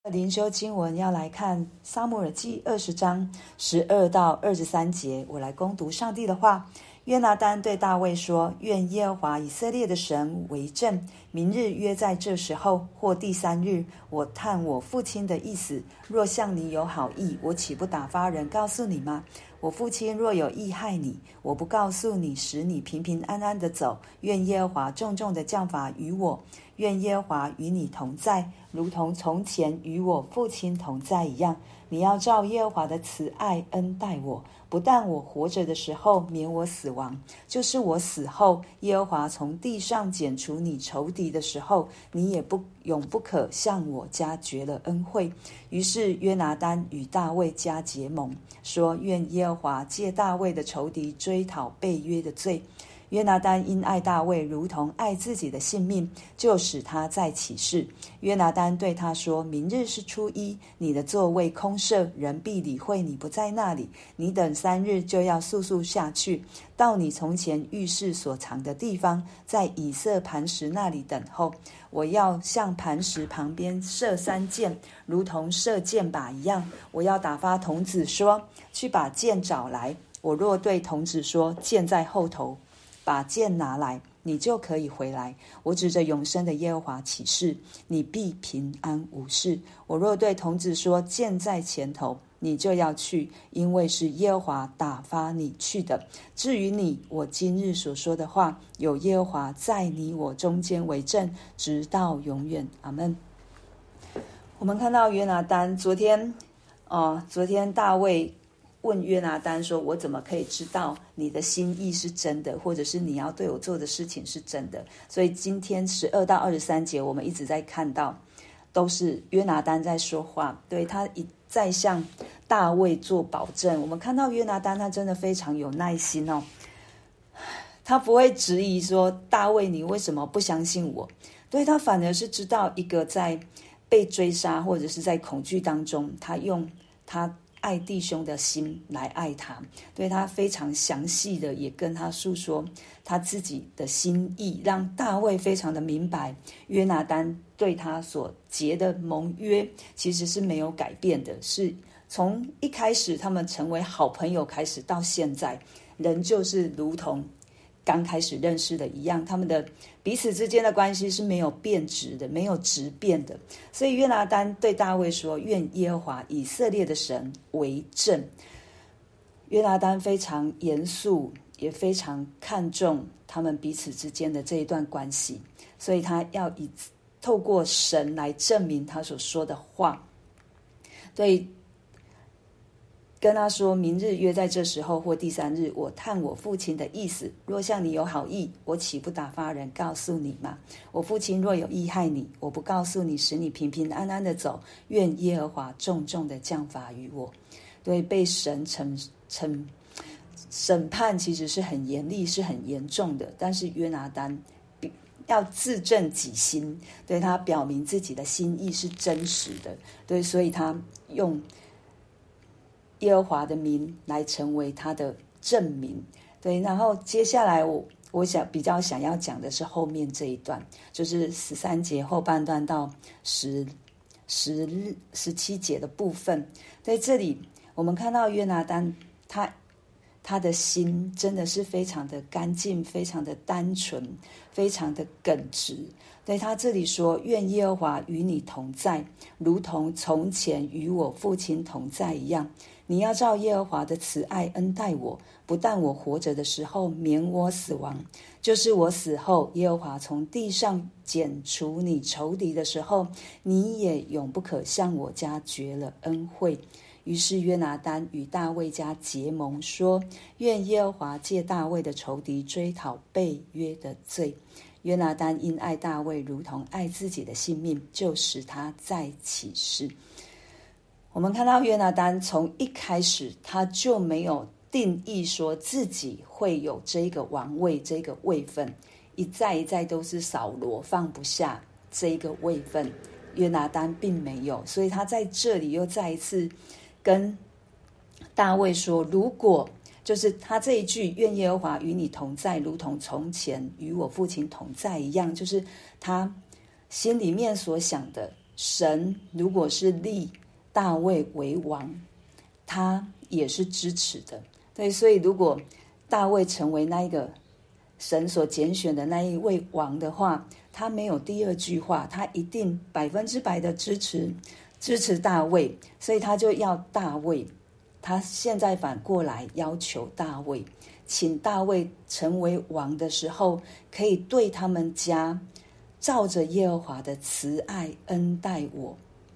灵修经文要来看撒母耳记20章12到23节，我来攻读上帝的话。约拿单对大卫说：愿耶和华以色列的神为证，明日约在这时候或第3日，我探我父亲的意思，若向你有好意，我岂不打发人告诉你吗？我父亲若有意害你，我不告诉你，使你平平安安的走。愿耶和华重重的降罚于我，愿耶和华与你同在，如同从前与我父亲同在一样。你要照耶和华的慈爱恩待我，不但我活着的时候免我死亡，就是我死后，耶和华从地上剪除你仇敌的时候，你也永不可向我家绝了恩惠。于是约拿单与大卫家结盟，说：愿耶和华借大卫的仇敌追讨背约的罪。约拿单因爱大卫如同爱自己的性命，就使他再起誓。约拿单对他说：明日是初一，你的座位空设，人必理会你不在那里。你等3日，就要速速下去，到你从前浴室所藏的地方，在以色磐石那里等候。我要向磐石旁边射3箭，如同射箭靶一样。我要打发童子说：去把箭找来。我若对童子说：箭在后头，把箭拿来，你就可以回来。我指着永生的耶和华起誓，你必平安无事。我若对童子说：箭在前头，你就要去，因为是耶和华打发你去的。至于你，我今日所说的话，有耶和华在你我中间为证，直到永远。阿们。我们看到约拿单，昨天大卫问约拿单说：我怎么可以知道你的心意是真的，或者是你要对我做的事情是真的？所以今天12到23节我们一直在看到，都是约拿单在说话，对，他一再向大卫做保证。我们看到约拿单他真的非常有耐心哦，他不会质疑说：大卫你为什么不相信我？对，他反而是知道一个在被追杀或者是在恐惧当中，他用他爱弟兄的心来爱他。对，他非常详细的也跟他诉说他自己的心意，让大卫非常的明白约拿单对他所结的盟约其实是没有改变的，是从一开始他们成为好朋友开始到现在，仍旧是如同刚开始认识的一样，他们的彼此之间的关系是没有变质的，没有质变的。所以约拿单对大卫说：愿耶和华以色列的神为证。约拿单非常严肃，也非常看重他们彼此之间的这一段关系，所以他要透过神来证明他所说的话。对，跟他说：明日约在这时候或第3日，我探我父亲的意思，若向你有好意，我岂不打发人告诉你吗？我父亲若有意害你，我不告诉你，使你平平安安的走。愿耶和华重重的降罚于我。对，被神审判其实是很严厉，是很严重的，但是约拿单要自证己心，对，他表明自己的心意是真实的。对，所以他用耶和华的名来成为他的证明。对，然后接下来我比较想要讲的是后面这一段，就是13节后半段到17节的部分。在这里我们看到约拿单他的心真的是非常的干净，非常的单纯，非常的耿直。对，他这里说：愿耶和华与你同在，如同从前与我父亲同在一样。你要照耶和华的慈爱恩待我，不但我活着的时候免我死亡，就是我死后，耶和华从地上剪除你仇敌的时候，你也永不可向我家绝了恩惠。于是约拿单与大卫家结盟，说：愿耶和华借大卫的仇敌追讨背约的罪。约拿单因爱大卫如同爱自己的性命，就使他再起誓。我们看到约拿单从一开始他就没有定义说自己会有这个王位，这个位分，一再都是扫罗放不下这个位分，约拿单并没有。所以他在这里又再一次跟大卫说，如果就是他这一句愿耶和华与你同在，如同从前与我父亲同在一样，就是他心里面所想的神如果是立大卫为王，他也是支持的。对，所以如果大卫成为那一个神所拣选的那一位王的话，他没有第二句话，他一定100%的支持大卫，所以他就要大卫。他现在反过来要求大卫，请大卫成为王的时候，可以对他们家照着耶和华的慈爱恩待我，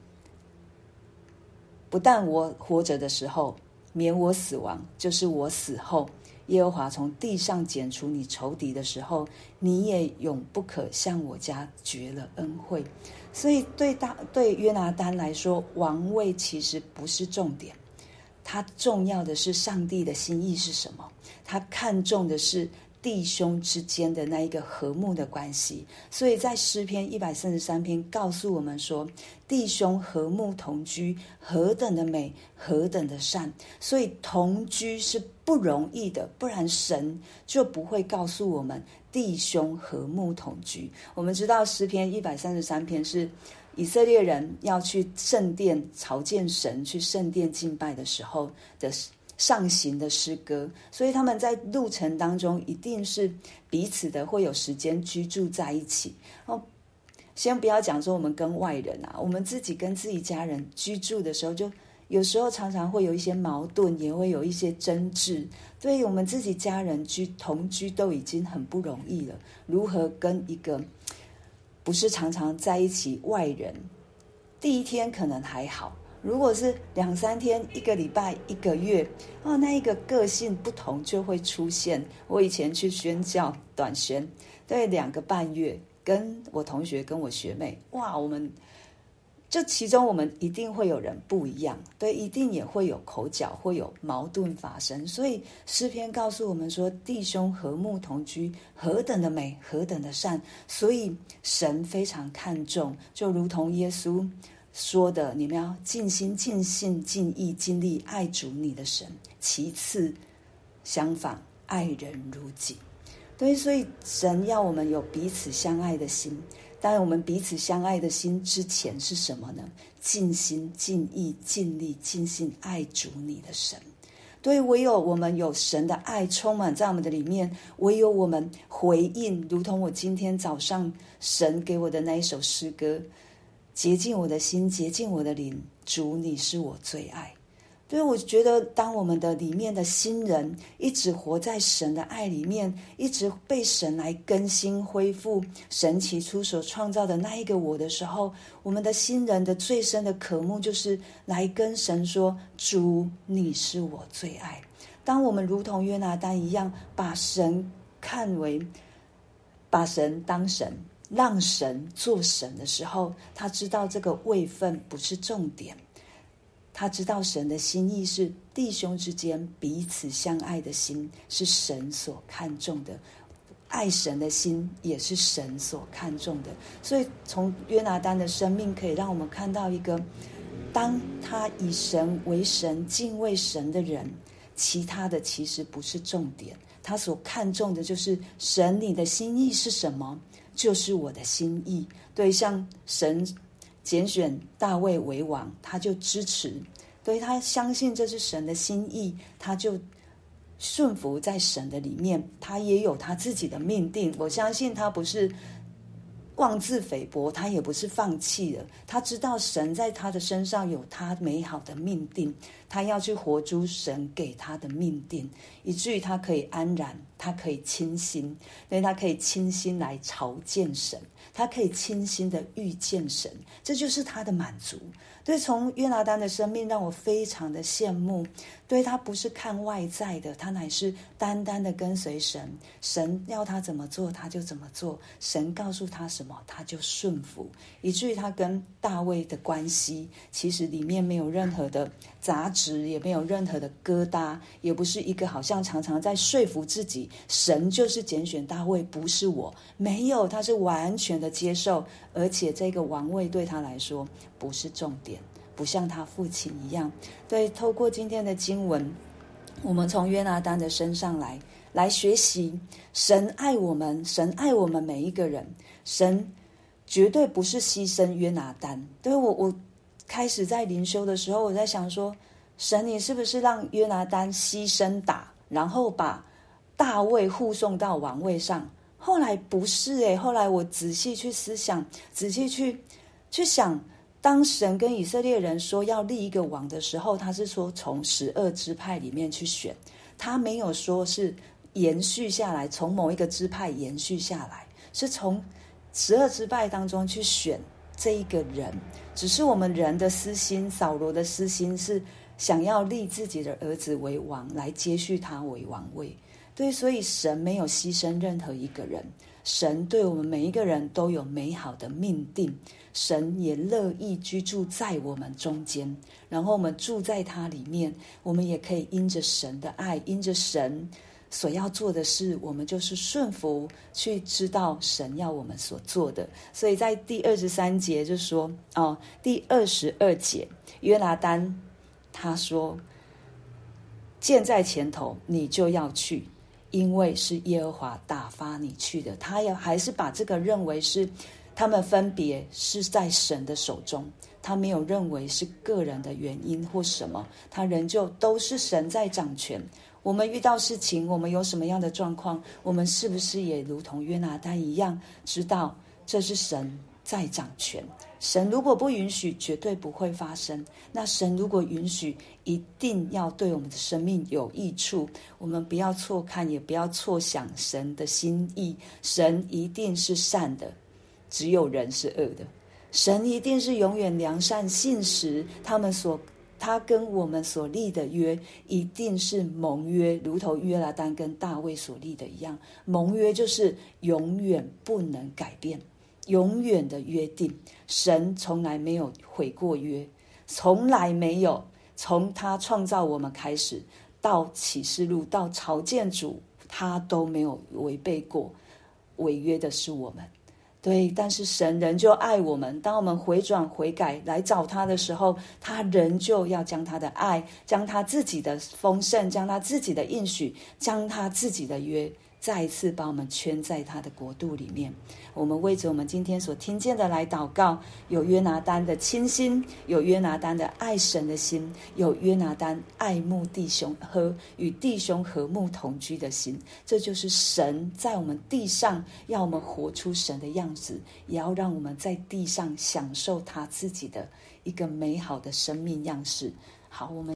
不但我活着的时候免我死亡，就是我死后耶和华从地上剪除你仇敌的时候，你也永不可向我家绝了恩惠。所以对约拿单来说，王位其实不是重点，他重要的是上帝的心意是什么，他看重的是弟兄之间的那一个和睦的关系。所以在诗篇133篇告诉我们说，弟兄和睦同居，何等的美，何等的善。所以同居是不容易的，不然神就不会告诉我们弟兄和睦同居。我们知道诗篇133篇是以色列人要去圣殿朝见神，去圣殿敬拜的时候的上行的诗歌，所以他们在路程当中一定是彼此的会有时间居住在一起。先不要讲说我们跟外人啊，我们自己跟自己家人居住的时候，就有时候常常会有一些矛盾，也会有一些争执。对于我们自己家人同居都已经很不容易了，如何跟一个不是常常在一起外人，第一天可能还好，如果是2-3天、1个礼拜、1个月，那一个个性不同就会出现。我以前去宣教短宣，对2个半月，跟我同学跟我学妹，我们这其中我们一定会有人不一样，对，一定也会有口角，会有矛盾发生。所以诗篇告诉我们说，弟兄和睦同居，何等的美，何等的善。所以神非常看重，就如同耶稣说的，你们要尽心尽性尽意尽力爱主你的神，其次相反爱人如己。对，所以神要我们有彼此相爱的心。当然我们彼此相爱的心之前是什么呢？尽心尽意尽力尽性爱主你的神。对，唯有我们有神的爱充满在我们的里面，唯有我们回应，如同我今天早上神给我的那一首诗歌，洁净我的心，洁净我的灵，主你是我最爱。所以我觉得当我们的里面的新人一直活在神的爱里面，一直被神来更新恢复神起初所创造的那一个我的时候，我们的新人的最深的渴慕就是来跟神说，主你是我最爱。当我们如同约拿单一样，把神当神，让神做神的时候，他知道这个位分不是重点，他知道神的心意是弟兄之间彼此相爱的心是神所看重的，爱神的心也是神所看重的。所以从约拿单的生命可以让我们看到一个，当他以神为神敬畏神的人，其他的其实不是重点，他所看重的就是神你的心意是什么，就是我的心意。对，像神拣选大卫为王，他就支持，对，他相信这是神的心意，他就顺服在神的里面，他也有他自己的命定。我相信他不是妄自菲薄，他也不是放弃了，他知道神在他的身上有他美好的命定，他要去活出神给他的命定，以至于他可以安然，他可以清心，因为他可以清心来朝见神，他可以清心的遇见神，这就是他的满足。对，从约拿单的生命让我非常的羡慕，对，他不是看外在的，他乃是单单的跟随神，神要他怎么做他就怎么做，神告诉他什么他就顺服，以至于他跟大卫的关系其实里面没有任何的杂质，也没有任何的疙瘩，也不是一个好像常常在说服自己神就是拣选大卫不是我，没有，他是完全的接受，而且这个王位对他来说不是重点，不像他父亲一样。对，透过今天的经文，我们从约拿单的身上来学习神爱我们，神爱我们每一个人，神绝对不是牺牲约拿单。对，我开始在灵修的时候，我在想说，神你是不是让约拿单牺牲打，然后把大卫护送到王位上？后来不是后来我仔细去思想，仔细去想，当神跟以色列人说要立一个王的时候，他是说从12支派里面去选，他没有说是延续下来，从某一个支派延续下来，是从12支派当中去选这一个人。只是我们人的私心，扫罗的私心是想要立自己的儿子为王，来接续他为王位。对，所以神没有牺牲任何一个人，神对我们每一个人都有美好的命定，神也乐意居住在我们中间，然后我们住在他里面，我们也可以因着神的爱，因着神所要做的事，我们就是顺服去知道神要我们所做的。所以在第23节就说第22节，约拿单他说，箭在前头，你就要去，因为是耶和华打发你去的。他还是把这个认为是他们分别是在神的手中，他没有认为是个人的原因或什么，他仍旧都是神在掌权。我们遇到事情，我们有什么样的状况，我们是不是也如同约拿单一样，知道这是神在掌权？神如果不允许，绝对不会发生。那神如果允许，一定要对我们的生命有益处。我们不要错看，也不要错想神的心意。神一定是善的，只有人是恶的。神一定是永远良善信实，他跟我们所立的约一定是盟约，如同约拿单跟大卫所立的一样。盟约就是永远不能改变，永远的约定。神从来没有毁过约，从来没有，从他创造我们开始，到启示录，到朝见主，他都没有违背过。违约的是我们。对，但是神仍旧爱我们。当我们回转悔改来找他的时候，他仍旧要将他的爱，将他自己的丰盛，将他自己的应许，将他自己的约，再一次把我们圈在他的国度里面。我们为着我们今天所听见的来祷告，有约拿单的清心，有约拿单的爱神的心，有约拿单爱慕弟兄和与弟兄和睦同居的心。这就是神在我们地上要我们活出神的样子，也要让我们在地上享受他自己的一个美好的生命样式。好，我们